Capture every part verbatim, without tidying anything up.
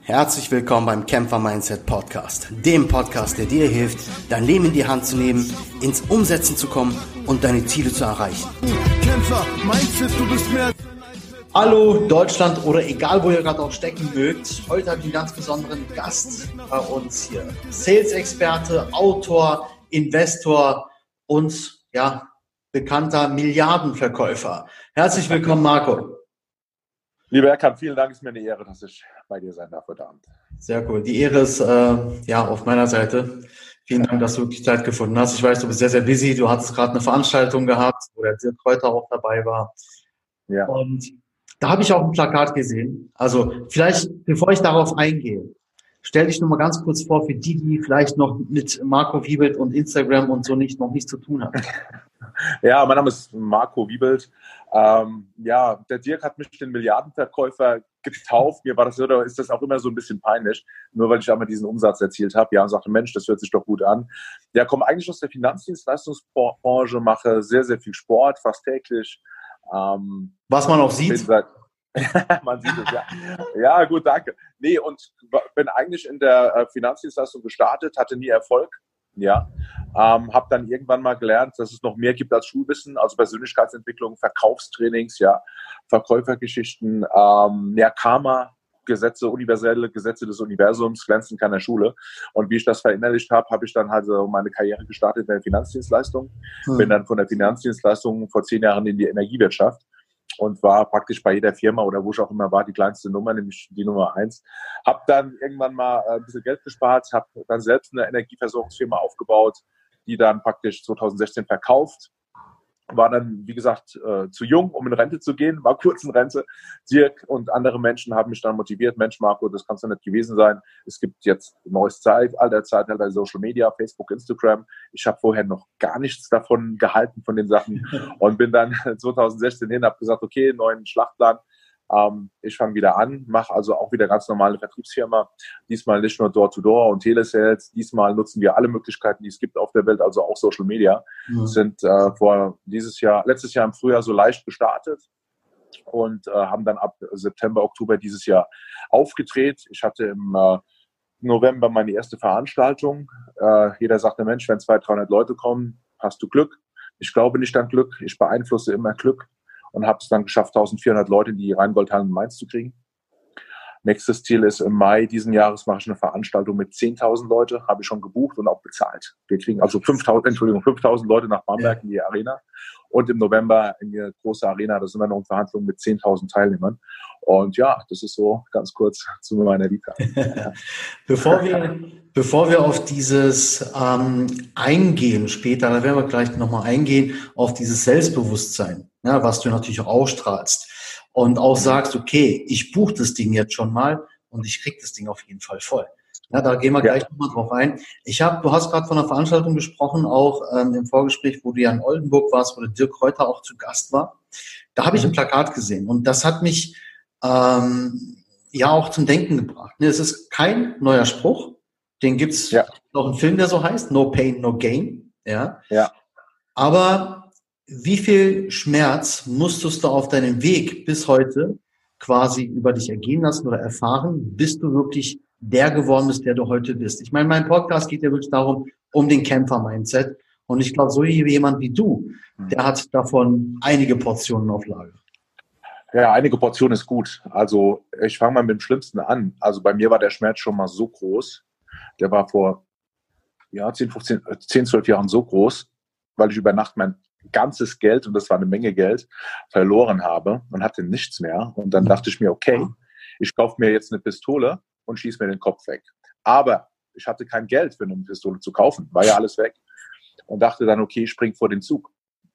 Herzlich willkommen beim Kämpfer Mindset Podcast, dem Podcast, der dir hilft, dein Leben in die Hand zu nehmen, ins Umsetzen zu kommen und deine Ziele zu erreichen. Kämpfer Mindset, du bist mehr. Hallo Deutschland oder egal, wo ihr gerade auch stecken mögt. Heute habe ich einen ganz besonderen Gast bei uns hier. Sales-Experte, Autor, Investor und ja, bekannter Milliardenverkäufer. Herzlich willkommen, Marco. Lieber Erkan, vielen Dank, es ist mir eine Ehre, dass ich bei dir sein darf heute Abend. Sehr cool. Die Ehre ist äh, ja auf meiner Seite. Vielen Dank, dass du wirklich Zeit gefunden hast. Ich weiß, du bist sehr, sehr busy. Du hattest gerade eine Veranstaltung gehabt, wo der Dirk Kräuter auch dabei war. Ja. Und da habe ich auch ein Plakat gesehen. Also vielleicht, bevor ich darauf eingehe, stell dich nur mal ganz kurz vor für die, die vielleicht noch mit Marco Wiebelt und Instagram und so nicht noch nichts zu tun haben. Ja, mein Name ist Marco Wiebelt. Ähm, ja, der Dirk hat mich den Milliardenverkäufer getauft. Mir war das oder ist das auch immer so ein bisschen peinlich, nur weil ich einmal diesen Umsatz erzielt habe. Ja, und sagte, Mensch, das hört sich doch gut an. Ja, komme eigentlich aus der Finanzdienstleistungsbranche, mache sehr, sehr viel Sport, fast täglich. Ähm, Was man auch sieht. Seit, man sieht es, ja. Ja, gut, danke. Nee, und bin eigentlich in der Finanzdienstleistung gestartet, hatte nie Erfolg. Ja, ähm, habe dann irgendwann mal gelernt, dass es noch mehr gibt als Schulwissen, also Persönlichkeitsentwicklung, Verkaufstrainings, ja, Verkäufergeschichten, ähm, ja, Karma, Gesetze, universelle Gesetze des Universums, glänzen kann in der Schule. Und wie ich das verinnerlicht habe, habe ich dann halt so meine Karriere gestartet in der Finanzdienstleistung, hm. bin dann von der Finanzdienstleistung vor zehn Jahren in die Energiewirtschaft und war praktisch bei jeder Firma oder wo ich auch immer war, die kleinste Nummer, nämlich die Nummer eins. Habe dann irgendwann mal ein bisschen Geld gespart, habe dann selbst eine Energieversorgungsfirma aufgebaut, die dann praktisch zwanzig sechzehn verkauft. War dann, wie gesagt, äh, zu jung, um in Rente zu gehen, war kurz in Rente. Dirk und andere Menschen haben mich dann motiviert, Mensch, Marco, das kannst du nicht gewesen sein. Es gibt jetzt ein neues Zeitalter, Zeitalter Social Media, Facebook, Instagram. Ich habe vorher noch gar nichts davon gehalten, von den Sachen und bin dann zwanzig sechzehn hin, habe gesagt, okay, neuen Schlachtplan. Ähm, ich fange wieder an, mache also auch wieder ganz normale Vertriebsfirma. Diesmal nicht nur Door-to-Door und Telesales. Diesmal nutzen wir alle Möglichkeiten, die es gibt auf der Welt, also auch Social Media. Mhm. Sind äh, vor dieses Jahr, letztes Jahr im Frühjahr so leicht gestartet und äh, haben dann ab September, Oktober dieses Jahr aufgedreht. Ich hatte im äh, November meine erste Veranstaltung. Äh, jeder sagte, Mensch, wenn zweihundert, dreihundert Leute kommen, hast du Glück. Ich glaube nicht an Glück. Ich beeinflusse immer Glück. Und habe es dann geschafft, eintausendvierhundert Leute in die Rheingoldhallen in Mainz zu kriegen. Nächstes Ziel ist, im Mai diesen Jahres mache ich eine Veranstaltung mit zehntausend Leute, habe ich schon gebucht und auch bezahlt. Wir kriegen also fünftausend, Entschuldigung, fünftausend Leute nach Bamberg, ja, in die Arena. Und im November in die große Arena, da sind wir noch in Verhandlungen mit zehntausend Teilnehmern. Und ja, das ist so ganz kurz zu meiner Vita. bevor wir, bevor wir auf dieses ähm, eingehen später, da werden wir gleich nochmal eingehen, auf dieses Selbstbewusstsein, ja, was du natürlich auch ausstrahlst und auch sagst, okay, ich buche das Ding jetzt schon mal und ich krieg das Ding auf jeden Fall voll. Ja, da gehen wir ja gleich nochmal drauf ein. Ich habe, du hast gerade von einer Veranstaltung gesprochen, auch ähm, im Vorgespräch, wo du ja in Oldenburg warst, wo der Dirk Kräuter auch zu Gast war. Da habe ich ein Plakat gesehen und das hat mich ähm, ja auch zum Denken gebracht. Es ist kein neuer Spruch, den gibt's ja noch einen Film, der so heißt, No Pain, No Gain. Ja. Ja. Aber wie viel Schmerz musstest du auf deinem Weg bis heute quasi über dich ergehen lassen oder erfahren, bis du wirklich der geworden bist, der du heute bist? Ich meine, mein Podcast geht ja wirklich darum, um den Kämpfer-Mindset. Und ich glaube, so jemand wie du, der hat davon einige Portionen auf Lager. Ja, einige Portionen ist gut. Also ich fange mal mit dem Schlimmsten an. Also bei mir war der Schmerz schon mal so groß. Der war vor ja, zehn, fünfzehn, zehn, zwölf Jahren so groß, weil ich über Nacht mein ganzes Geld, und das war eine Menge Geld, verloren habe und hatte nichts mehr. Und dann dachte ich mir, okay, ich kaufe mir jetzt eine Pistole und schieße mir den Kopf weg. Aber ich hatte kein Geld für eine Pistole zu kaufen, war ja alles weg. Und dachte dann, okay, ich spring vor den Zug.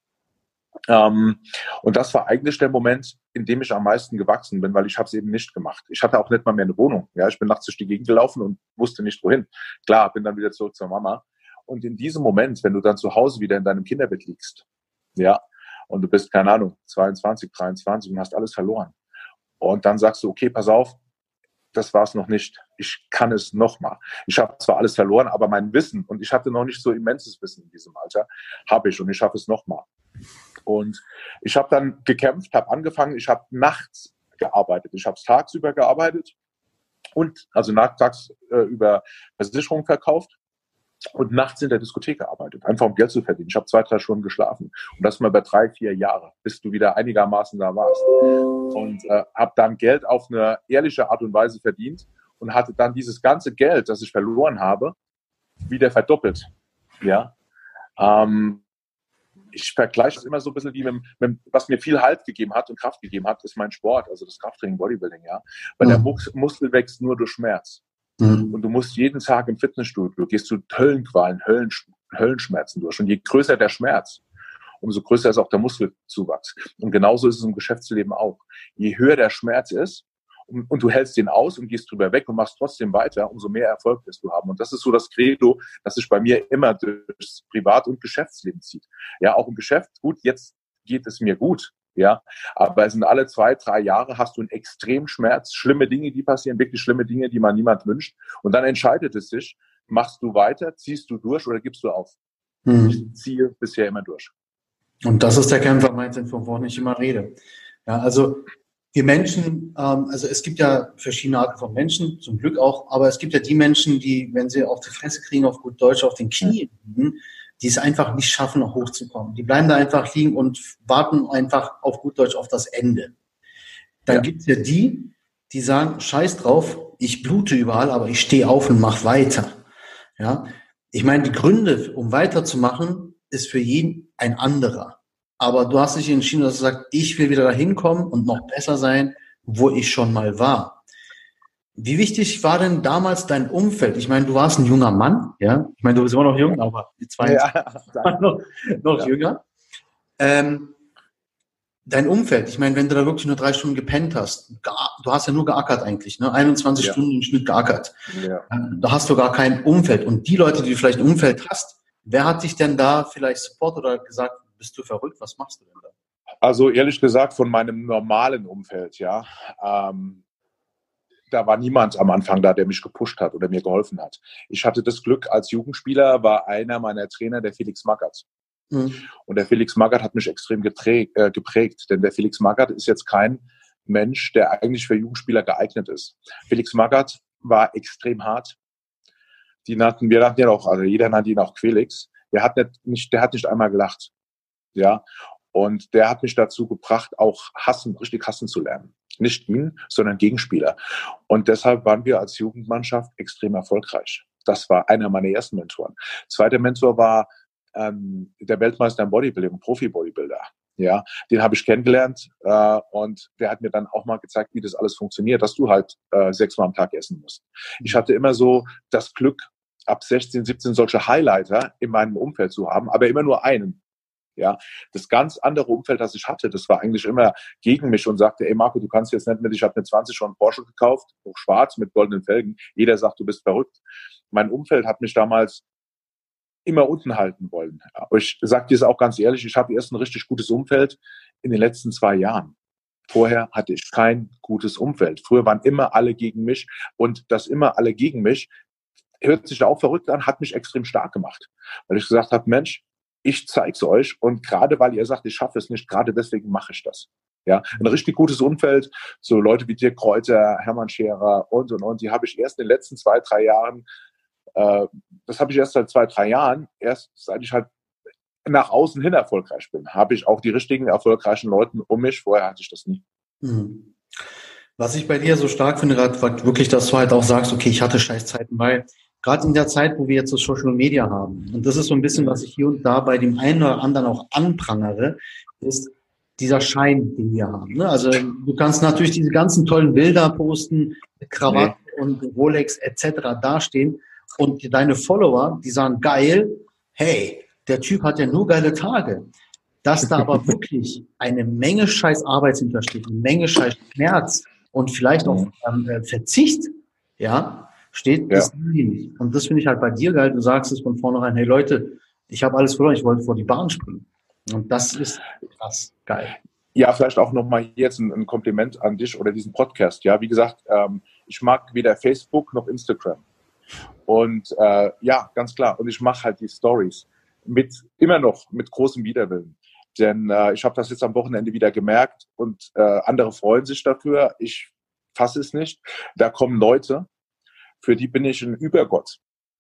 Ähm, und das war eigentlich der Moment, in dem ich am meisten gewachsen bin, weil ich habe es eben nicht gemacht. Ich hatte auch nicht mal mehr eine Wohnung. Ja, ich bin nachts durch die Gegend gelaufen und wusste nicht, wohin. Klar, bin dann wieder zurück zur Mama. Und in diesem Moment, wenn du dann zu Hause wieder in deinem Kinderbett liegst, ja, und du bist, keine Ahnung, zweiundzwanzig, dreiundzwanzig und hast alles verloren. Und dann sagst du, okay, pass auf, das war es noch nicht. Ich kann es nochmal. Ich habe zwar alles verloren, aber mein Wissen, und ich hatte noch nicht so immenses Wissen in diesem Alter, habe ich und ich schaffe es nochmal. Und ich habe dann gekämpft, habe angefangen, ich habe nachts gearbeitet. Ich habe tagsüber gearbeitet und also nachtags äh, über Versicherungen verkauft und nachts in der Diskothek gearbeitet, einfach um Geld zu verdienen. Ich habe zwei, drei Stunden geschlafen und das mal über drei, vier Jahre, bis du wieder einigermaßen da warst. Und äh, habe dann Geld auf eine ehrliche Art und Weise verdient und hatte dann dieses ganze Geld, das ich verloren habe, wieder verdoppelt. Ja, ähm, ich vergleiche es immer so ein bisschen wie mit, mit, was mir viel Halt gegeben hat und Kraft gegeben hat, ist mein Sport, also das Krafttraining, Bodybuilding, ja. Weil mhm. der Mus- Muskel wächst nur durch Schmerz. Mhm. Und du musst jeden Tag im Fitnessstudio, gehst du Höllenqualen, Höllen, Höllenschmerzen durch. Und je größer der Schmerz, umso größer ist auch der Muskelzuwachs. Und genauso ist es im Geschäftsleben auch. Je höher der Schmerz ist, und, und du hältst den aus und gehst drüber weg und machst trotzdem weiter, umso mehr Erfolg wirst du haben. Und das ist so das Credo, das sich bei mir immer durchs Privat- und Geschäftsleben zieht. Ja, auch im Geschäft, gut, jetzt geht es mir gut, ja, aber es sind alle zwei, drei Jahre hast du einen extremen Schmerz, schlimme Dinge, die passieren, wirklich schlimme Dinge, die man niemand wünscht. Und dann entscheidet es sich, machst du weiter, ziehst du durch oder gibst du auf? Hm. Ich ziehe bisher immer durch. Und das ist der Kämpfer-Mindset, von wovon ich immer rede. Ja, also wir Menschen, ähm, also es gibt ja verschiedene Arten von Menschen, zum Glück auch, aber es gibt ja die Menschen, die, wenn sie auf die Fresse kriegen, auf gut Deutsch, auf den Knien liegen, die es einfach nicht schaffen, noch hochzukommen. Die bleiben da einfach liegen und warten einfach auf gut Deutsch auf das Ende. Dann ja. gibt es ja die, die sagen, scheiß drauf, ich blute überall, aber ich stehe auf und mache weiter. Ja, ich meine, die Gründe, um weiterzumachen, ist für jeden ein anderer. Aber du hast dich entschieden, dass du sagst, ich will wieder dahin kommen und noch besser sein, wo ich schon mal war. Wie wichtig war denn damals dein Umfeld? Ich meine, du warst ein junger Mann, ja. Ich meine, du bist immer noch jung, aber die zwei ja, waren noch, noch ja. jünger. Ähm, dein Umfeld, ich meine, wenn du da wirklich nur drei Stunden gepennt hast, du hast ja nur geackert eigentlich, ne? einundzwanzig ja. Stunden im Schnitt geackert. Ja. Da hast du gar kein Umfeld. Und die Leute, die du vielleicht ein Umfeld hast, wer hat dich denn da vielleicht Support oder gesagt, bist du verrückt, was machst du denn da? Also ehrlich gesagt, von meinem normalen Umfeld, ja, ähm, da war niemand am Anfang da, der mich gepusht hat oder mir geholfen hat. Ich hatte das Glück, als Jugendspieler war einer meiner Trainer der Felix Magath. Mhm. Und der Felix Magath hat mich extrem geträgt, äh, geprägt, denn der Felix Magath ist jetzt kein Mensch, der eigentlich für Jugendspieler geeignet ist. Felix Magath war extrem hart. Die nannten, wir nannten ihn auch, also jeder nannte ihn auch Quelix. Der hat nicht, nicht, der hat nicht einmal gelacht. Ja, und der hat mich dazu gebracht, auch hassen, richtig hassen zu lernen. Nicht ihn, sondern Gegenspieler. Und deshalb waren wir als Jugendmannschaft extrem erfolgreich. Das war einer meiner ersten Mentoren. Zweiter Mentor war ähm, der Weltmeister im Bodybuilding, Profi-Bodybuilder. Ja, den habe ich kennengelernt äh, und der hat mir dann auch mal gezeigt, wie das alles funktioniert, dass du halt äh, sechsmal am Tag essen musst. Ich hatte immer so das Glück, ab sechzehn, siebzehn solche Highlighter in meinem Umfeld zu haben, aber immer nur einen. Ja, das ganz andere Umfeld, das ich hatte, das war eigentlich immer gegen mich und sagte, ey Marco, du kannst jetzt nicht mit, ich habe mit zwanzig schon einen Porsche gekauft, auch schwarz mit goldenen Felgen. Jeder sagt, du bist verrückt. Mein Umfeld hat mich damals immer unten halten wollen. Aber ich sage dir es auch ganz ehrlich, ich habe erst ein richtig gutes Umfeld in den letzten zwei Jahren. Vorher hatte ich kein gutes Umfeld. Früher waren immer alle gegen mich und das immer alle gegen mich hört sich auch verrückt an, hat mich extrem stark gemacht. Weil ich gesagt habe, Mensch, ich zeig's euch und gerade weil ihr sagt, ich schaffe es nicht, gerade deswegen mache ich das. Ja, ein richtig gutes Umfeld, so Leute wie Dirk Kräuter, Hermann Scherer und und und, die habe ich erst in den letzten zwei, drei Jahren, äh, das habe ich erst seit zwei, drei Jahren, erst seit ich halt nach außen hin erfolgreich bin, habe ich auch die richtigen, erfolgreichen Leute um mich, vorher hatte ich das nie. Mhm. Was ich bei dir so stark finde, gerade wirklich, dass du halt auch sagst, okay, ich hatte Scheißzeiten, weil gerade in der Zeit, wo wir jetzt so Social Media haben, und das ist so ein bisschen, was ich hier und da bei dem einen oder anderen auch anprangere, ist dieser Schein, den wir haben. Ne? Also du kannst natürlich diese ganzen tollen Bilder posten, mit Krawatte nee. und Rolex et cetera dastehen und deine Follower, die sagen, geil, hey, der Typ hat ja nur geile Tage. Dass da aber wirklich eine Menge scheiß Arbeit hintersteht, eine Menge scheiß Schmerz und vielleicht auch ähm, Verzicht, ja, steht, ja. ist nicht. Und das finde ich halt bei dir geil. Du sagst es von vornherein, hey Leute, ich habe alles verloren, ich wollte vor die Bahn springen. Und das ist krass geil. Ja, vielleicht auch nochmal jetzt ein, ein Kompliment an dich oder diesen Podcast. Ja, wie gesagt, ähm, ich mag weder Facebook noch Instagram. Und äh, ja, ganz klar. Und ich mache halt die Stories mit immer noch mit großem Widerwillen. Denn äh, ich habe das jetzt am Wochenende wieder gemerkt und äh, andere freuen sich dafür. Ich fasse es nicht. Da kommen Leute, für die bin ich ein Übergott.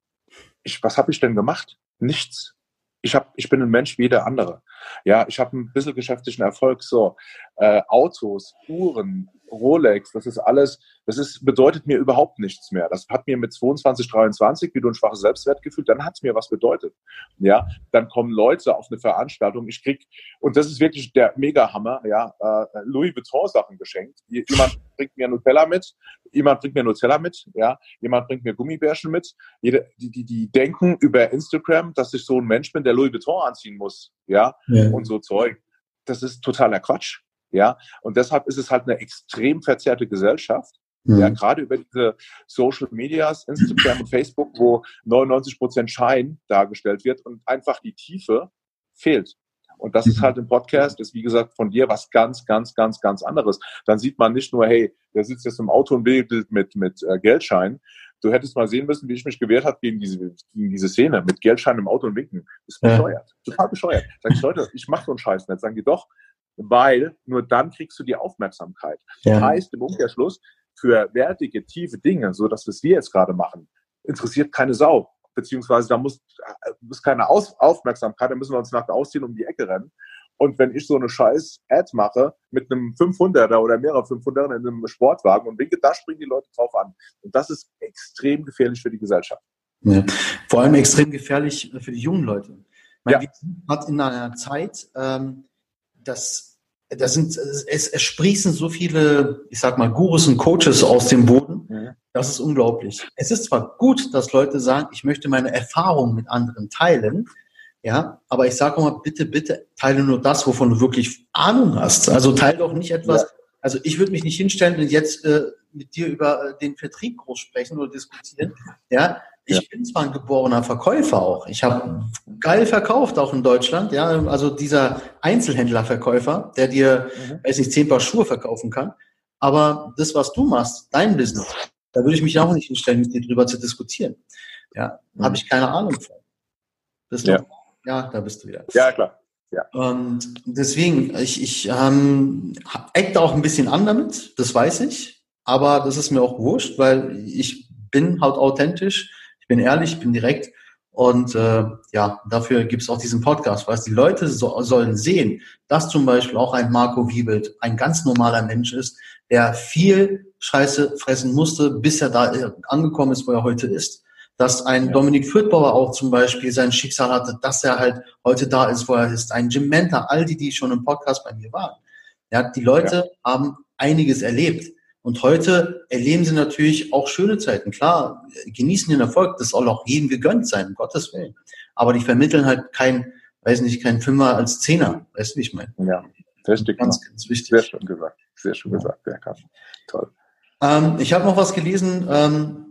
Ich, was habe ich denn gemacht? Nichts. Ich, hab, ich bin ein Mensch wie jeder andere. Ja, ich habe ein bisschen geschäftlichen Erfolg. So, äh, Autos, Uhren, Rolex, das ist alles, das ist, bedeutet mir überhaupt nichts mehr. Das hat mir mit zweiundzwanzig, dreiundzwanzig, wie du ein schwaches Selbstwertgefühl, dann hat es mir was bedeutet. Ja, dann kommen Leute auf eine Veranstaltung, ich krieg, und das ist wirklich der Mega-Hammer, ja, äh, Louis Vuitton-Sachen geschenkt. Jemand bringt mir Nutella mit, jemand bringt mir Nutella mit, ja, jemand bringt mir Gummibärchen mit. Jede, die, die, die denken über Instagram, dass ich so ein Mensch bin, der Louis Vuitton anziehen muss, ja, ja. und so Zeug. Das ist totaler Quatsch. Ja, und deshalb ist es halt eine extrem verzerrte Gesellschaft. Mhm. Ja, gerade über diese Social Medias, Instagram und Facebook, wo neunundneunzig Prozent Schein dargestellt wird und einfach die Tiefe fehlt. Und das mhm. ist halt im Podcast, ist wie gesagt von dir was ganz, ganz, ganz, ganz anderes. Dann sieht man nicht nur, hey, der sitzt jetzt im Auto und wedelt mit, mit äh, Geldschein. Du hättest mal sehen müssen, wie ich mich gewehrt habe gegen diese, gegen diese Szene mit Geldschein im Auto und Winken. Das ist bescheuert. Ja. Total bescheuert. Sag ich, Leute, ich mache so einen Scheiß nicht. Sagen die doch, weil nur dann kriegst du die Aufmerksamkeit. Ja. Das heißt im Umkehrschluss, für wertige, tiefe Dinge, so dass was wir jetzt gerade machen, interessiert keine Sau. Beziehungsweise da muss, muss keine Aus- Aufmerksamkeit, da müssen wir uns nachher ausziehen, um die Ecke rennen. Und wenn ich so eine scheiß Ad mache mit einem fünfhunderter oder mehrere fünfhunderter in einem Sportwagen und winke, da springen die Leute drauf an. Und das ist extrem gefährlich für die Gesellschaft. Ja. Vor allem extrem gefährlich für die jungen Leute. Man ja. hat in einer Zeit, ähm, das, das sind, es, es sprießen so viele, ich sag mal, Gurus und Coaches aus dem Boden. Ja. Das ist unglaublich. Es ist zwar gut, dass Leute sagen, ich möchte meine Erfahrungen mit anderen teilen, ja, aber ich sage auch mal, bitte, bitte teile nur das, wovon du wirklich Ahnung hast. Also teile doch nicht etwas, ja. also ich würde mich nicht hinstellen und jetzt äh, mit dir über äh, den Vertrieb groß sprechen oder diskutieren, ja. Ich ja. bin zwar ein geborener Verkäufer auch. Ich habe geil verkauft, auch in Deutschland. Ja, also dieser Einzelhändlerverkäufer, der dir, mhm. weiß nicht, zehn Paar Schuhe verkaufen kann. Aber das, was du machst, dein Business, da würde ich mich auch nicht hinstellen, mit dir drüber zu diskutieren. Ja, mhm. habe ich keine Ahnung von. Bist du? Ja. ja, da bist du wieder. Ja, klar. Ja. Und deswegen, ich, ich ähm, ecke auch ein bisschen an damit, das weiß ich. Aber das ist mir auch wurscht, weil ich bin halt authentisch. Ich bin ehrlich, ich bin direkt und äh, ja, dafür gibt es auch diesen Podcast, weil die Leute so, sollen sehen, dass zum Beispiel auch ein Marco Wiebelt ein ganz normaler Mensch ist, der viel Scheiße fressen musste, bis er da angekommen ist, wo er heute ist. Dass ein ja. Dominik Fürthbauer auch zum Beispiel sein Schicksal hatte, dass er halt heute da ist, wo er ist. Ein Jim Mentor, all die, die schon im Podcast bei mir waren. Ja, die Leute ja. haben einiges erlebt. Und heute erleben sie natürlich auch schöne Zeiten. Klar, genießen den Erfolg, das soll auch jedem gegönnt sein, um Gottes Willen. Aber die vermitteln halt kein, weiß nicht, kein Fünfer als Zehner. Weißt du, wie ich meine? Ja, richtig. Ganz, ganz wichtig. Sehr schön gesagt. Sehr schön ja. gesagt, ja, Carsten. Toll. Ähm, ich habe noch was gelesen. Ähm,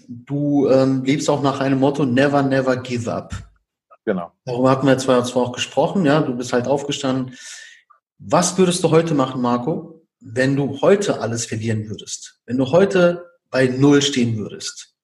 du ähm, lebst auch nach einem Motto, never, never give up. Genau. Darüber hatten wir zwar, zwar auch gesprochen, ja, du bist halt aufgestanden. Was würdest du heute machen, Marco, wenn du heute alles verlieren würdest, wenn du heute bei Null stehen würdest?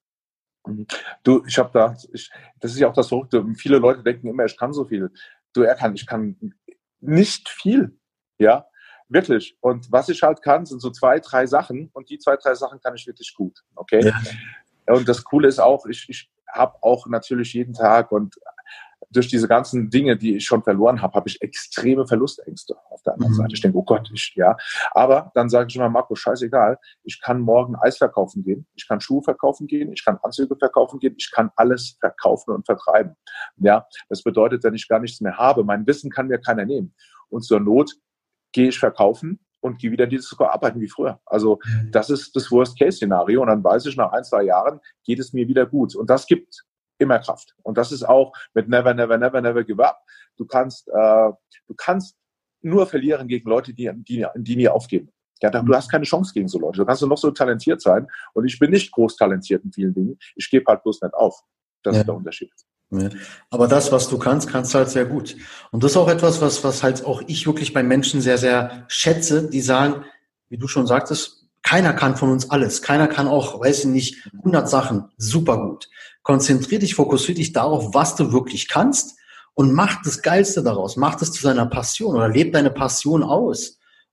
Du, ich habe da, ich, das ist ja auch das Verrückte, viele Leute denken immer, ich kann so viel. Du, er kann, ich kann nicht viel, ja, wirklich. Und was ich halt kann, sind so zwei, drei Sachen und die zwei, drei Sachen kann ich wirklich gut, okay? Ja. Und das Coole ist auch, ich, ich habe auch natürlich jeden Tag und durch diese ganzen Dinge, die ich schon verloren habe, habe ich extreme Verlustängste auf der anderen mhm. Seite. Ich denke, oh Gott, ich, ja. Aber dann sage ich immer, Marco, scheißegal, ich kann morgen Eis verkaufen gehen, ich kann Schuhe verkaufen gehen, ich kann Anzüge verkaufen gehen, ich kann alles verkaufen und vertreiben. Ja, das bedeutet, wenn ich gar nichts mehr habe, mein Wissen kann mir keiner nehmen. Und zur Not gehe ich verkaufen und gehe wieder dieses arbeiten wie früher. Also mhm. das ist das Worst-Case-Szenario. Und dann weiß ich, nach ein, zwei Jahren geht es mir wieder gut. Und das gibt immer Kraft. Und das ist auch mit never, never, never, never give up. Du kannst, äh, du kannst nur verlieren gegen Leute, die, die, die nie aufgeben. Ja, du hast keine Chance gegen so Leute. Du kannst noch so talentiert sein. Und ich bin nicht groß talentiert in vielen Dingen. Ich gebe halt bloß nicht auf. Das ja. ist der Unterschied. Ja. Aber das, was du kannst, kannst du halt sehr gut. Und das ist auch etwas, was, was halt auch ich wirklich bei Menschen sehr, sehr schätze, die sagen, wie du schon sagtest, keiner kann von uns alles. Keiner kann auch, weiß ich nicht, hundert Sachen super gut. Konzentrier dich, fokussier dich darauf, was du wirklich kannst und mach das Geilste daraus. Mach das zu deiner Passion oder leb deine Passion aus.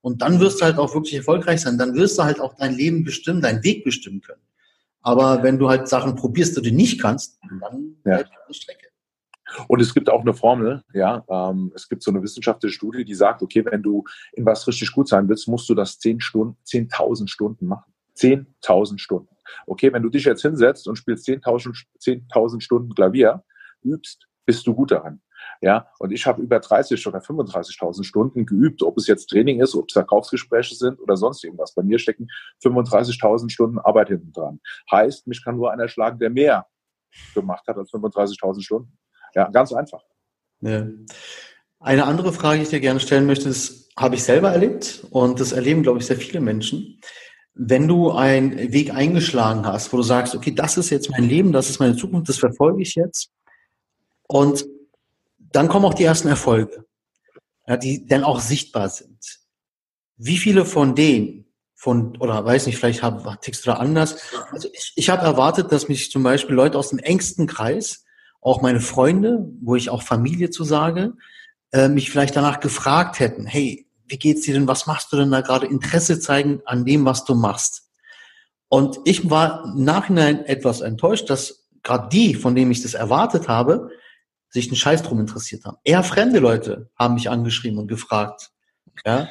Und dann wirst du halt auch wirklich erfolgreich sein. Dann wirst du halt auch dein Leben bestimmen, deinen Weg bestimmen können. Aber wenn du halt Sachen probierst, die du nicht kannst, dann bleibst du auf der Strecke. Und es gibt auch eine Formel, ja, ähm, es gibt so eine wissenschaftliche Studie, die sagt, okay, wenn du in was richtig gut sein willst, musst du das zehn Stunden, zehntausend Stunden machen. zehntausend Stunden. Okay, wenn du dich jetzt hinsetzt und spielst zehntausend Stunden Klavier, übst, bist du gut daran. Ja, und ich habe über dreißig oder fünfunddreißigtausend Stunden geübt, ob es jetzt Training ist, ob es Verkaufsgespräche sind oder sonst irgendwas. Bei mir stecken fünfunddreißigtausend Stunden Arbeit hinten dran. Heißt, mich kann nur einer schlagen, der mehr gemacht hat als fünfunddreißigtausend Stunden. Ja, ganz einfach. Ja. Eine andere Frage, die ich dir gerne stellen möchte, ist, habe ich selber erlebt und das erleben, glaube ich, sehr viele Menschen. Wenn du einen Weg eingeschlagen hast, wo du sagst, okay, das ist jetzt mein Leben, das ist meine Zukunft, das verfolge ich jetzt und dann kommen auch die ersten Erfolge, ja, die dann auch sichtbar sind. Wie viele von denen, von oder weiß nicht, vielleicht hab, tickst du da anders. Also ich, ich habe erwartet, dass mich zum Beispiel Leute aus dem engsten Kreis, auch meine Freunde, wo ich auch Familie zu sage, äh, mich vielleicht danach gefragt hätten, hey, wie geht's dir denn, was machst du denn da gerade? Interesse zeigen an dem, was du machst. Und ich war im Nachhinein etwas enttäuscht, dass gerade die, von denen ich das erwartet habe, sich einen Scheiß drum interessiert haben. Eher fremde Leute haben mich angeschrieben und gefragt. Ja?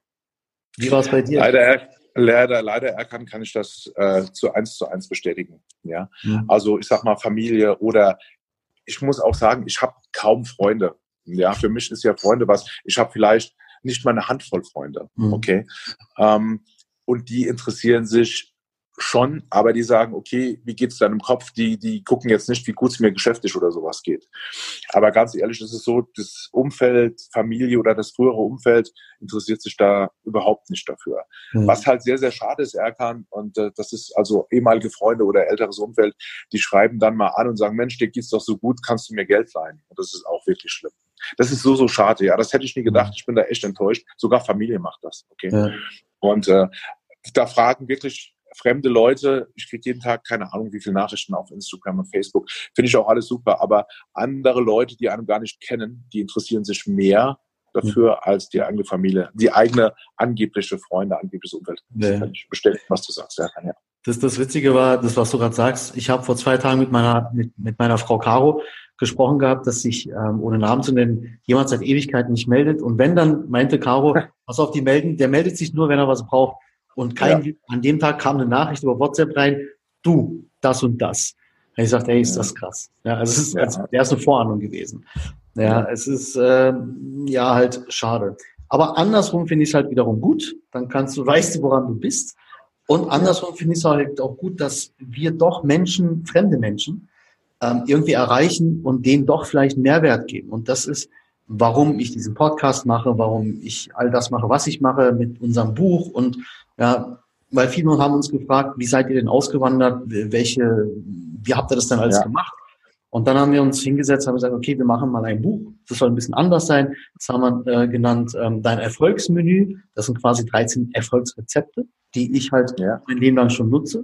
Wie war es bei dir? Leider, leider, leider Erkan, kann ich das äh, zu eins zu eins bestätigen. Ja? Mhm. Also ich sag mal Familie oder ich muss auch sagen, ich habe kaum Freunde. Ja, für mich ist ja Freunde was. Ich habe vielleicht nicht mal eine Handvoll Freunde. Mhm. Okay. Ähm, und die interessieren sich schon, aber die sagen, okay, wie geht's deinem Kopf? Die, die gucken jetzt nicht, wie gut es mir geschäftlich oder sowas geht. Aber ganz ehrlich, es ist so, das Umfeld, Familie oder das frühere Umfeld interessiert sich da überhaupt nicht dafür. Mhm. Was halt sehr, sehr schade ist, Erkan, und äh, das ist also ehemalige Freunde oder älteres Umfeld, die schreiben dann mal an und sagen, Mensch, dir geht's doch so gut, kannst du mir Geld leihen? Und das ist auch wirklich schlimm. Das ist so, so schade, ja. Das hätte ich nie gedacht. Ich bin da echt enttäuscht. Sogar Familie macht das, okay? Ja. Und äh, da fragen wirklich fremde Leute, ich kriege jeden Tag keine Ahnung, wie viele Nachrichten auf Instagram und Facebook, finde ich auch alles super, aber andere Leute, die einen gar nicht kennen, die interessieren sich mehr dafür mhm. als die eigene Familie, die eigene angebliche Freunde, angebliches Umfeld. Das ja. kann ich bestätigen, was du sagst. Ja, ja. Das, das Witzige war, das, was du gerade sagst, ich habe vor zwei Tagen mit meiner, mit, mit meiner Frau Caro gesprochen gehabt, dass sich, ähm, ohne Namen zu nennen, jemand seit Ewigkeiten nicht meldet. Und wenn, dann meinte Caro, pass auf, die melden, der meldet sich nur, wenn er was braucht. Und kein, ja. an dem Tag kam eine Nachricht über WhatsApp rein, du, das und das. Und ich sagte, hey, ist das krass. Ja, also es ist, ja. als wäre es eine Vorahnung gewesen. Ja, ja. es ist, äh, ja, halt schade. Aber andersrum finde ich es halt wiederum gut. Dann kannst du, weißt du, woran du bist. Und andersrum finde ich es halt auch gut, dass wir doch Menschen, fremde Menschen, ähm, irgendwie erreichen und denen doch vielleicht einen Mehrwert geben. Und das ist, warum ich diesen Podcast mache, warum ich all das mache, was ich mache mit unserem Buch. Und ja, weil viele haben uns gefragt, wie seid ihr denn ausgewandert? Welche, wie habt ihr das denn alles ja. gemacht? Und dann haben wir uns hingesetzt, haben gesagt, okay, wir machen mal ein Buch. Das soll ein bisschen anders sein. Das haben wir äh, genannt, ähm, dein Erfolgsmenü. Das sind quasi dreizehn Erfolgsrezepte, die ich halt ja. mein Leben lang schon nutze.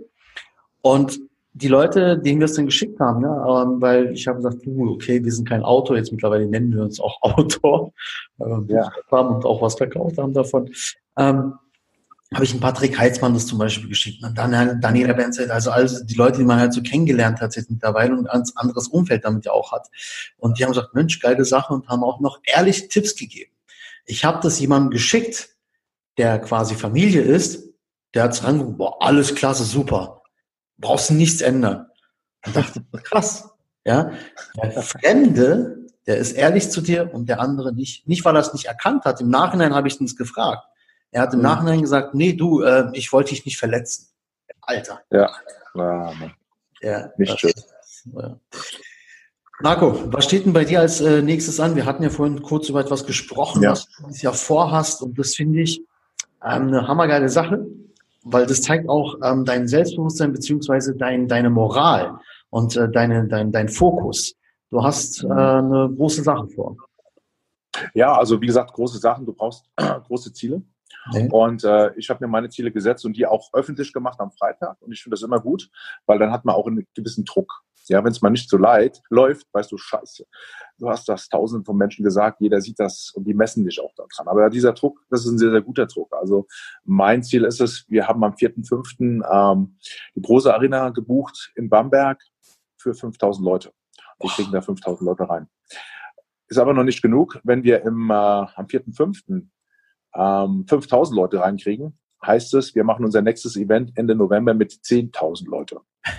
Und die Leute, denen wir es dann geschickt haben, ja, ähm, weil ich habe gesagt, uh, okay, wir sind kein Autor, jetzt mittlerweile nennen wir uns auch Autor, weil wir ja. haben und auch was verkauft haben davon. Ähm, habe ich einen Patrick Heitzmann das zum Beispiel geschickt und dann Daniela Benzelt, also all die Leute, die man halt so kennengelernt hat jetzt mittlerweile und ein ganz anderes Umfeld damit ja auch hat. Und die haben gesagt, Mensch, geile Sache und haben auch noch ehrlich Tipps gegeben. Ich habe das jemandem geschickt, der quasi Familie ist, der hat es angeguckt, boah, alles klasse, super, brauchst du nichts ändern. Und dachte, krass, ja, der Fremde, der ist ehrlich zu dir und der andere nicht. Nicht, weil er es nicht erkannt hat, im Nachhinein habe ich ihn gefragt. Er hat im Nachhinein gesagt, nee, du, äh, ich wollte dich nicht verletzen. Alter. Ja, ja, ja nicht schön. Ja. Marco, was steht denn bei dir als äh, nächstes an? Wir hatten ja vorhin kurz über etwas gesprochen, ja. was du dieses Jahr vorhast. Und das finde ich ähm, eine hammergeile Sache, weil das zeigt auch ähm, dein Selbstbewusstsein beziehungsweise dein, deine Moral und äh, deine, dein, dein Fokus. Du hast äh, eine große Sache vor. Ja, also wie gesagt, große Sachen. Du brauchst äh, große Ziele. Okay. Und äh, ich habe mir meine Ziele gesetzt und die auch öffentlich gemacht am Freitag. Und ich finde das immer gut, weil dann hat man auch einen gewissen Druck. Ja, wenn es mal nicht so leid läuft, weißt du, scheiße, du hast das tausenden von Menschen gesagt, jeder sieht das und die messen dich auch daran. Aber dieser Druck, das ist ein sehr, sehr guter Druck. Also mein Ziel ist es, wir haben am vierten fünften Ähm, die Brose Arena gebucht in Bamberg für fünftausend Leute. Wir kriegen da fünftausend Leute rein. Ist aber noch nicht genug. Wenn wir im, äh, am vierten fünften Ähm, fünftausend Leute reinkriegen, heißt es, wir machen unser nächstes Event Ende November mit zehntausend Leute.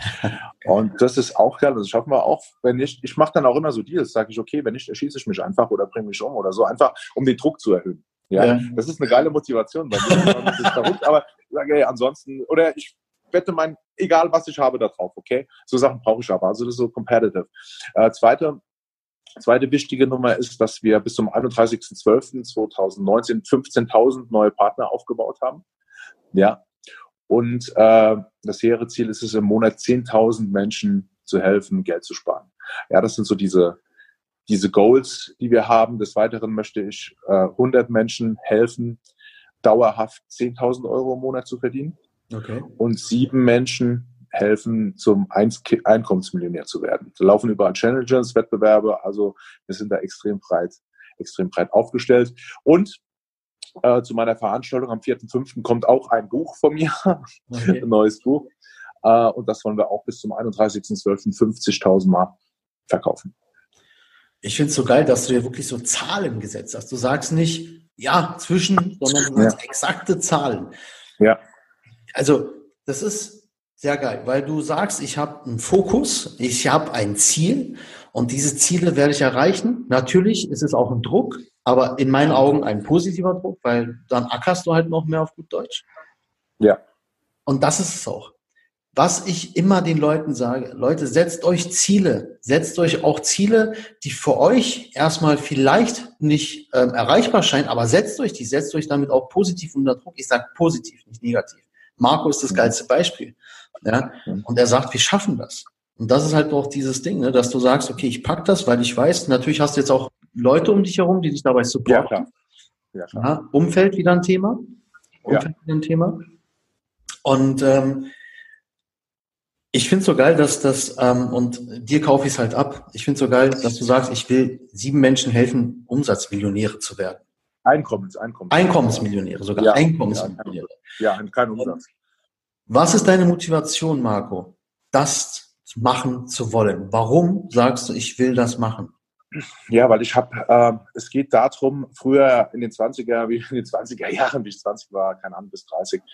Und das ist auch geil, das schaffen wir auch. Wenn ich, ich mache dann auch immer so Deals, sage ich, okay, wenn nicht, erschieße ich mich einfach oder bringe mich um oder so, einfach um den Druck zu erhöhen. Ja, ja. Das ist eine geile Motivation bei mir. Das ist verrückt, aber ich sage, hey, ansonsten, oder ich wette mein, egal was ich habe, da drauf, okay? So Sachen brauche ich aber, also das ist so competitive. Äh, zweite, zweite wichtige Nummer ist, dass wir bis zum einunddreißigsten zwölften zweitausendneunzehn fünfzehntausend neue Partner aufgebaut haben. Ja. Und äh, das hehre Ziel ist es, im Monat zehntausend Menschen zu helfen, Geld zu sparen. Ja, das sind so diese, diese Goals, die wir haben. Des Weiteren möchte ich äh, hundert Menschen helfen, dauerhaft zehntausend Euro im Monat zu verdienen. Okay. Und sieben Menschen helfen, zum Einkommensmillionär zu werden. Da laufen überall Challenges, Wettbewerbe, also wir sind da extrem breit, extrem breit aufgestellt. Und äh, zu meiner Veranstaltung am vierten fünften kommt auch ein Buch von mir, okay. Ein neues Buch. Äh, und das wollen wir auch bis zum einunddreißigsten zwölften fünfzigtausend Mal verkaufen. Ich finde es so geil, dass du dir wirklich so Zahlen gesetzt hast. Du sagst nicht, ja, zwischen, sondern du sagst ja. exakte Zahlen. Ja. Also, das ist sehr geil, weil du sagst, ich habe einen Fokus, ich habe ein Ziel und diese Ziele werde ich erreichen. Natürlich ist es auch ein Druck, aber in meinen Augen ein positiver Druck, weil dann ackerst du halt noch mehr auf gut Deutsch. Ja. Und das ist es auch. Was ich immer den Leuten sage, Leute, setzt euch Ziele, setzt euch auch Ziele, die für euch erstmal vielleicht nicht ähm, erreichbar scheinen, aber setzt euch die, setzt euch damit auch positiv unter Druck. Ich sage positiv, nicht negativ. Marco ist das geilste Beispiel. Ja? Und er sagt, wir schaffen das. Und das ist halt auch dieses Ding, ne, dass du sagst, okay, ich pack das, weil ich weiß, natürlich hast du jetzt auch Leute um dich herum, die dich dabei supporten. Ja, klar. Ja, klar. Ja, Umfeld wieder ein Thema. Umfeld ja. wieder ein Thema. Und ähm, ich finde es so geil, dass das, ähm, und dir kaufe ich es halt ab, ich finde es so geil, dass du sagst, ich will sieben Menschen helfen, Umsatzmillionäre zu werden. Einkommens, Einkommens. Einkommensmillionäre, sogar ja, Einkommensmillionäre. Ja, ja, kein Umsatz. Was ist deine Motivation, Marco, das machen zu wollen? Warum sagst du, ich will das machen? Ja, weil ich habe, äh, es geht darum, früher in den zwanziger, wie in den zwanziger Jahren, wie ich zwanzig war, keine Ahnung, bis dreißig,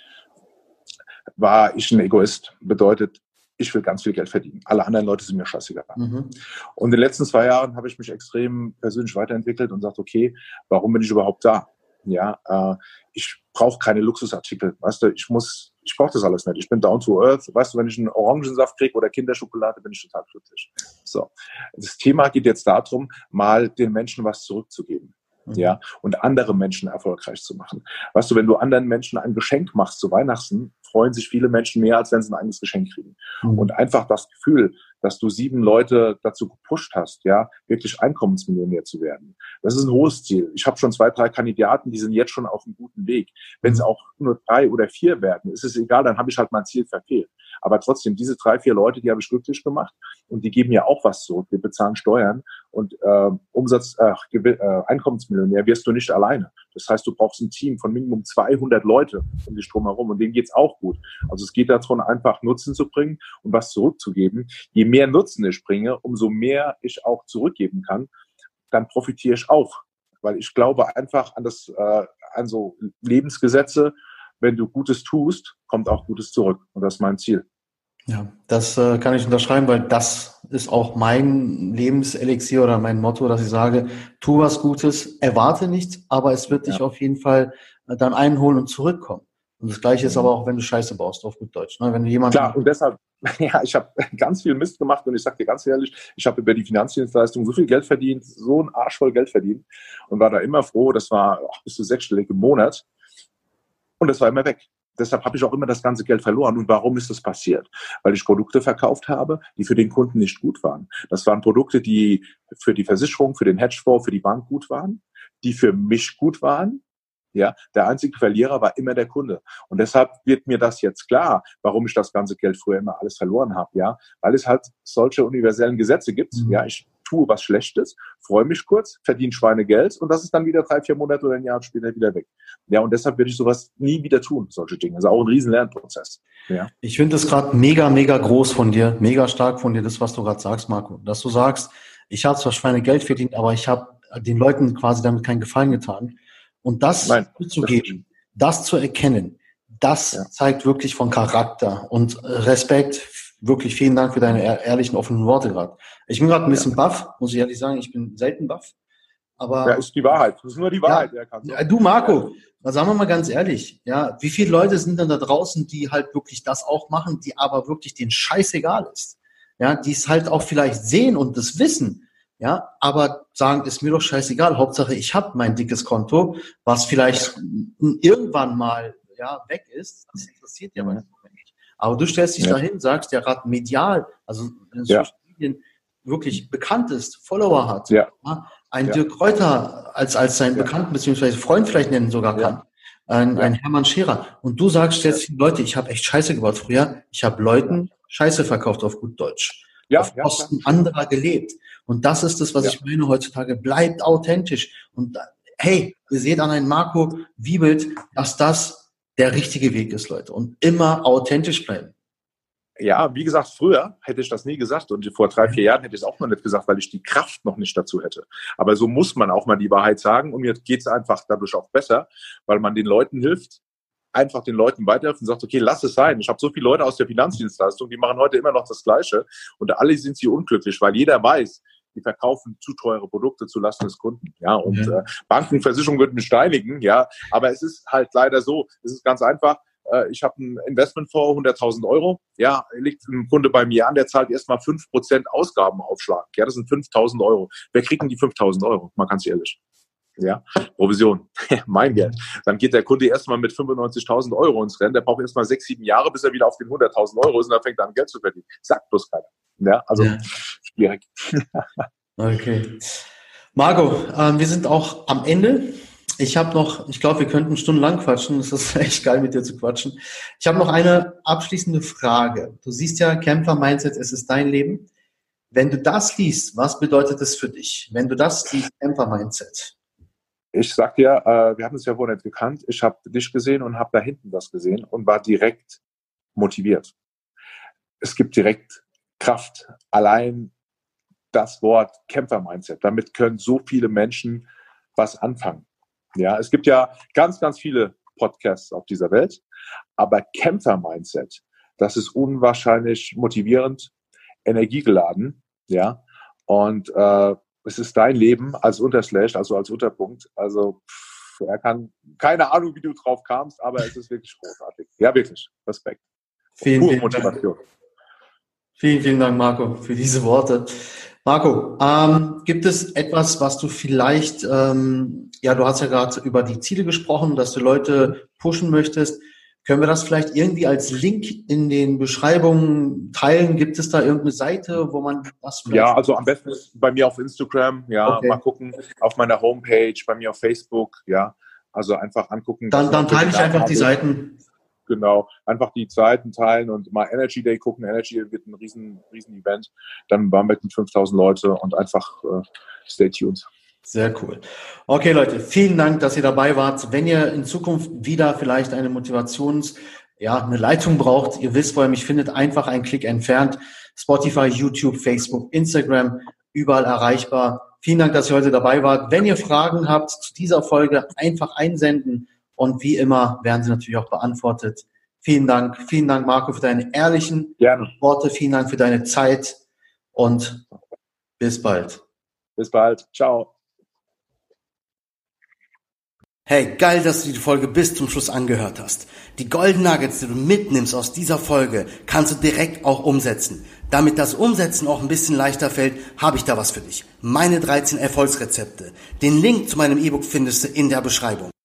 war ich ein Egoist. Bedeutet, ich will ganz viel Geld verdienen. Alle anderen Leute sind mir scheißegal. Mhm. Und in den letzten zwei Jahren habe ich mich extrem persönlich weiterentwickelt und gesagt, okay, warum bin ich überhaupt da? Ja, äh, ich brauche keine Luxusartikel. Weißt du, ich muss, ich brauche das alles nicht. Ich bin down to earth. Weißt du, wenn ich einen Orangensaft kriege oder Kinderschokolade, bin ich total glücklich. So. Das Thema geht jetzt darum, mal den Menschen was zurückzugeben. Mhm. Ja, und andere Menschen erfolgreich zu machen. Weißt du, wenn du anderen Menschen ein Geschenk machst zu Weihnachten, freuen sich viele Menschen mehr, als wenn sie ein eigenes Geschenk kriegen. Mhm. Und einfach das Gefühl, dass du sieben Leute dazu gepusht hast, ja, wirklich Einkommensmillionär zu werden. Das ist ein hohes Ziel. Ich habe schon zwei, drei Kandidaten, die sind jetzt schon auf einem guten Weg. Wenn es auch nur drei oder vier werden, ist es egal, dann habe ich halt mein Ziel verfehlt. Aber trotzdem, diese drei, vier Leute, die habe ich glücklich gemacht und die geben ja auch was zurück. Wir bezahlen Steuern und äh, Umsatz, äh, äh, Einkommensmillionär wirst du nicht alleine. Das heißt, du brauchst ein Team von Minimum zweihundert Leute um dich drumherum und denen geht's auch gut. Also es geht darum, einfach Nutzen zu bringen und was zurückzugeben. Je mehr Nutzen ich bringe, umso mehr ich auch zurückgeben kann, dann profitiere ich auch. Weil ich glaube einfach an das, äh, an so Lebensgesetze, wenn du Gutes tust, kommt auch Gutes zurück. Und das ist mein Ziel. Ja, das äh, kann ich unterschreiben, weil das ist auch mein Lebenselixier oder mein Motto, dass ich sage, tu was Gutes, erwarte nichts, aber es wird ja. dich auf jeden Fall äh, dann einholen und zurückkommen. Und das Gleiche ist aber auch, wenn du Scheiße baust, auf gut Deutsch. Ne? Wenn du jemanden Klar, und deshalb, ja, ich habe ganz viel Mist gemacht und ich sage dir ganz ehrlich, ich habe über die Finanzdienstleistung so viel Geld verdient, so ein Arsch voll Geld verdient und war da immer froh, das war ach, bis zu sechsstellig im Monat und das war immer weg. Deshalb habe ich auch immer das ganze Geld verloren. Und warum ist das passiert? Weil ich Produkte verkauft habe, die für den Kunden nicht gut waren. Das waren Produkte, die für die Versicherung, für den Hedgefonds, für die Bank gut waren, die für mich gut waren, Ja, der einzige Verlierer war immer der Kunde. Und deshalb wird mir das jetzt klar, warum ich das ganze Geld früher immer alles verloren habe, ja, weil es halt solche universellen Gesetze gibt. Mhm. Ja, ich tue was Schlechtes, freue mich kurz, verdiene Schweinegeld und das ist dann wieder drei, vier Monate oder ein Jahr später wieder weg. Ja, und deshalb werde ich sowas nie wieder tun, solche Dinge. Das ist auch ein riesen Lernprozess. Ja. Ich finde das gerade mega, mega groß von dir, mega stark von dir, das, was du gerade sagst, Marco. Dass du sagst, ich habe zwar Schweinegeld verdient, aber ich habe den Leuten quasi damit keinen Gefallen getan. Und das zu geben, das zu erkennen, das ja. zeigt wirklich von Charakter und Respekt. Wirklich vielen Dank für deine ehrlichen, offenen Worte gerade. Ich bin gerade ein bisschen ja. baff, muss ich ehrlich sagen. Ich bin selten baff. Aber ja, ist die Wahrheit. Das ist nur die Wahrheit. Ja, ja, du, Marco, ja. sagen wir mal ganz ehrlich, ja, wie viele Leute sind denn da draußen, die halt wirklich das auch machen, die aber wirklich denen scheißegal ist? Ja, die es halt auch vielleicht sehen und das wissen. Ja, aber sagen, ist mir doch scheißegal. Hauptsache, ich habe mein dickes Konto, was vielleicht irgendwann mal ja weg ist. Das interessiert ja aber nicht. Aber du stellst dich ja. dahin, sagst, der gerade medial, also in ja. Social Medien wirklich bekannt ist, Follower hat, ja. Ja, ein ja. Dirk Kräuter als als seinen ja. Bekannten beziehungsweise Freund vielleicht nennen sogar kann, ja. ein, ja. ein Hermann Scherer. Und du sagst jetzt, Leute, ich habe echt Scheiße gebaut früher. Ich habe Leuten Scheiße verkauft auf gut Deutsch. Ja, auf Kosten ja, anderer gelebt. Und das ist das, was ja. ich meine heutzutage. Bleibt authentisch. Und hey, ihr seht an einem Marco Wiebelt, dass das der richtige Weg ist, Leute. Und immer authentisch bleiben. Ja, wie gesagt, früher hätte ich das nie gesagt. Und vor drei, vier Jahren hätte ich es auch noch nicht gesagt, weil ich die Kraft noch nicht dazu hätte. Aber so muss man auch mal die Wahrheit sagen. Und mir geht es einfach dadurch auch besser, weil man den Leuten hilft, einfach den Leuten weiterhelfen und sagt, okay, lass es sein. Ich habe so viele Leute aus der Finanzdienstleistung, die machen heute immer noch das Gleiche und alle sind sie unglücklich, weil jeder weiß, die verkaufen zu teure Produkte zulasten des Kunden. Ja, und ja. Äh, Banken, Versicherungen würden mich steinigen, ja, aber es ist halt leider so, es ist ganz einfach, äh, ich habe ein Investmentfonds, hunderttausend Euro, ja, liegt ein Kunde bei mir an, der zahlt erstmal fünf Prozent Ausgabenaufschlag, ja, das sind fünftausend Euro. Wer kriegt denn die fünftausend Euro? Mal ganz ehrlich. Ja, Provision, mein Geld. Dann geht der Kunde erstmal mit fünfundneunzigtausend Euro ins Rennen. Der braucht erstmal sechs, sieben Jahre, bis er wieder auf den hunderttausend Euro ist und dann fängt er an, Geld zu verdienen. Sagt bloß keiner. Ja, also ja. schwierig. Okay. Marco, ähm, wir sind auch am Ende. Ich habe noch, ich glaube, wir könnten stundenlang quatschen. Das ist echt geil, mit dir zu quatschen. Ich habe noch eine abschließende Frage. Du siehst ja, Kämpfer-Mindset, es ist dein Leben. Wenn du das liest, was bedeutet das für dich? Wenn du das liest, Kämpfer-Mindset. Ich sag dir, äh, wir haben es ja wohl nicht gekannt. Ich habe dich gesehen und habe da hinten was gesehen und war direkt motiviert. Es gibt direkt Kraft. Allein das Wort Kämpfer-Mindset. Damit können so viele Menschen was anfangen. Ja, es gibt ja ganz, ganz viele Podcasts auf dieser Welt, aber Kämpfer-Mindset, das ist unwahrscheinlich motivierend, energiegeladen, ja, und äh, es ist dein Leben als Unterslash, also als Unterpunkt. Also pff, er kann, keine Ahnung, wie du drauf kamst, aber es ist wirklich großartig. Ja, wirklich. Respekt. Vielen, Pure vielen Motivation. Dank. Vielen, vielen Dank, Marco, für diese Worte. Marco, ähm, gibt es etwas, was du vielleicht, ähm, ja, du hast ja gerade über die Ziele gesprochen, dass du Leute pushen möchtest. Können wir das vielleicht irgendwie als Link in den Beschreibungen teilen? Gibt es da irgendeine Seite, wo man das vielleicht... Ja, also am besten bei mir auf Instagram, ja, okay. Mal gucken, auf meiner Homepage, bei mir auf Facebook, ja, also einfach angucken. Dann, dann teile ich einfach die Seiten. Genau, einfach die Seiten teilen und mal Energy Day gucken. Energy Day wird ein riesen, riesen Event. Dann waren wir mit fünftausend Leute und einfach äh, stay tuned. Sehr cool. Okay, Leute, vielen Dank, dass ihr dabei wart. Wenn ihr in Zukunft wieder vielleicht eine Motivations-, ja, eine Leitung braucht, ihr wisst, wo ihr mich findet, einfach einen Klick entfernt. Spotify, YouTube, Facebook, Instagram, überall erreichbar. Vielen Dank, dass ihr heute dabei wart. Wenn ihr Fragen habt zu dieser Folge, einfach einsenden und wie immer werden sie natürlich auch beantwortet. Vielen Dank. Vielen Dank, Marco, für deine ehrlichen Gerne. Worte. Vielen Dank für deine Zeit und bis bald. Bis bald. Ciao. Hey, geil, dass du die Folge bis zum Schluss angehört hast. Die Golden Nuggets, die du mitnimmst aus dieser Folge, kannst du direkt auch umsetzen. Damit das Umsetzen auch ein bisschen leichter fällt, habe ich da was für dich. Meine dreizehn Erfolgsrezepte. Den Link zu meinem E-Book findest du in der Beschreibung.